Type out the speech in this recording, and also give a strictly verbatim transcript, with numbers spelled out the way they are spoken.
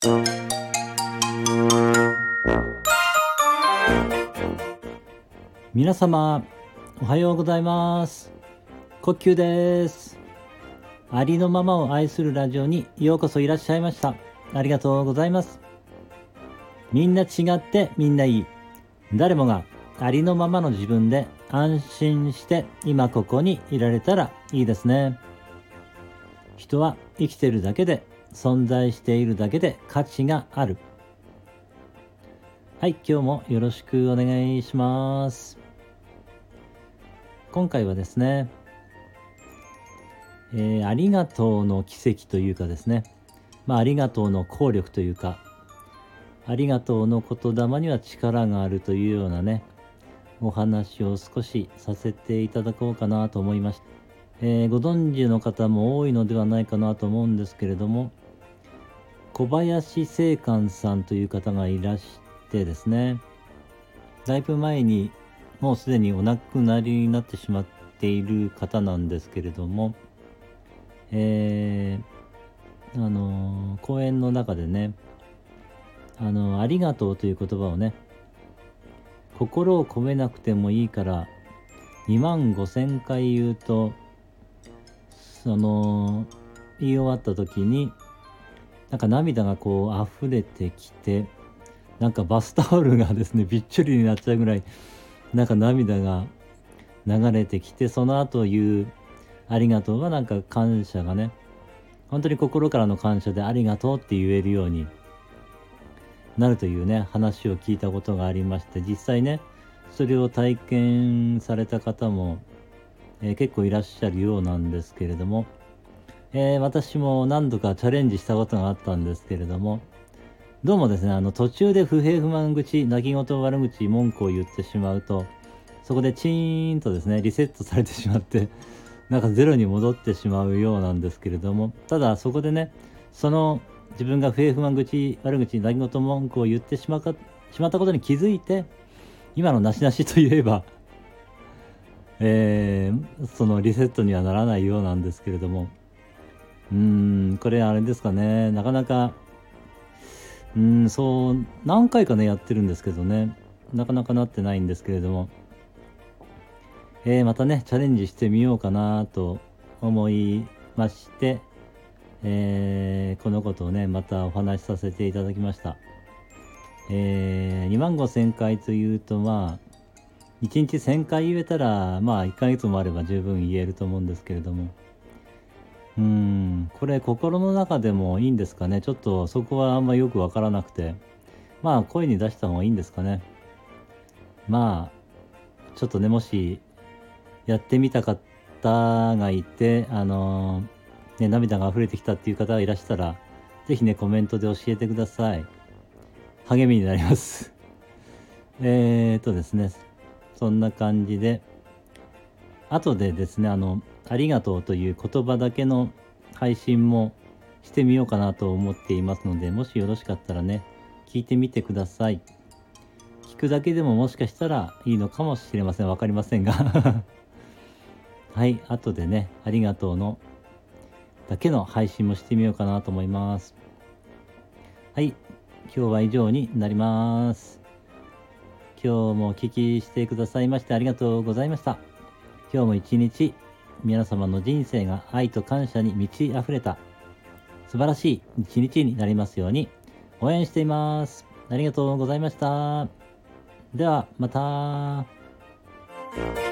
皆様おはようございます。呼吸です。ありのままを愛するラジオにようこそいらっしゃいました。ありがとうございます。みんな違ってみんないい。誰もがありのままの自分で安心して今ここにいられたらいいですね。人は生きているだけで、存在しているだけで価値がある。はい、今日もよろしくお願いします。今回はですね、えー、ありがとうの奇跡というかですね、まあ、ありがとうの効力というか、ありがとうの言霊には力があるというようなね、お話を少しさせていただこうかなと思いました。えー、ご存知の方も多いのではないかなと思うんですけれども、小林正観さんという方がいらしてですね、だいぶ前にもうすでにお亡くなりになってしまっている方なんですけれども、えー、あのー、講演の中でね、あのー、ありがとうという言葉をね、心を込めなくてもいいからにまんごせんかい言うと、その言い終わった時になんか涙がこう溢れてきて、なんかバスタオルがですねびっちょりになっちゃうぐらいなんか涙が流れてきて、その後言うありがとうがなんか感謝がね、本当に心からの感謝でありがとうって言えるようになるというね話を聞いたことがありまして、実際ねそれを体験された方も、えー、結構いらっしゃるようなんですけれども、えー、私も何度かチャレンジしたことがあったんですけれども、どうもですね、あの途中で不平不満口、泣き言、悪口、文句を言ってしまうと、そこでチーンとですねリセットされてしまってなんかゼロに戻ってしまうようなんですけれども、ただそこでね、その自分が不平不満口、悪口、泣き言、文句を言ってしまかしまったことに気づいて、今のなしなしといえば、えー、そのリセットにはならないようなんですけれども、うーんこれあれですかね、なかなかうーんそう何回かねやってるんですけどね、なかなかなってないんですけれども、えー、またねチャレンジしてみようかなと思いまして、えー、このことをねまたお話しさせていただきました。えー、にまんごせんかいというと、まあいちにちせんかい言えたらまあいっかげつもあれば十分言えると思うんですけれども、うーんこれ心の中でもいいんですかね。ちょっとそこはあんまよくわからなくて、まあ声に出した方がいいんですかね。まあちょっとね、もしやってみた方がいて、あのーね、涙が溢れてきたっていう方がいらしたら、ぜひねコメントで教えてください。励みになりますえーとですねそんな感じで、後でですね、あのありがとうという言葉だけの配信もしてみようかなと思っていますので、もしよろしかったらね聞いてみてください。聞くだけでももしかしたらいいのかもしれません。わかりませんがはい、後でねありがとうのだけの配信もしてみようかなと思います。はい、今日は以上になります。今日もお聞きしてくださいましてありがとうございました。今日も一日皆様の人生が愛と感謝に満ち溢れた素晴らしい一日になりますように応援しています。ありがとうございました。ではまた。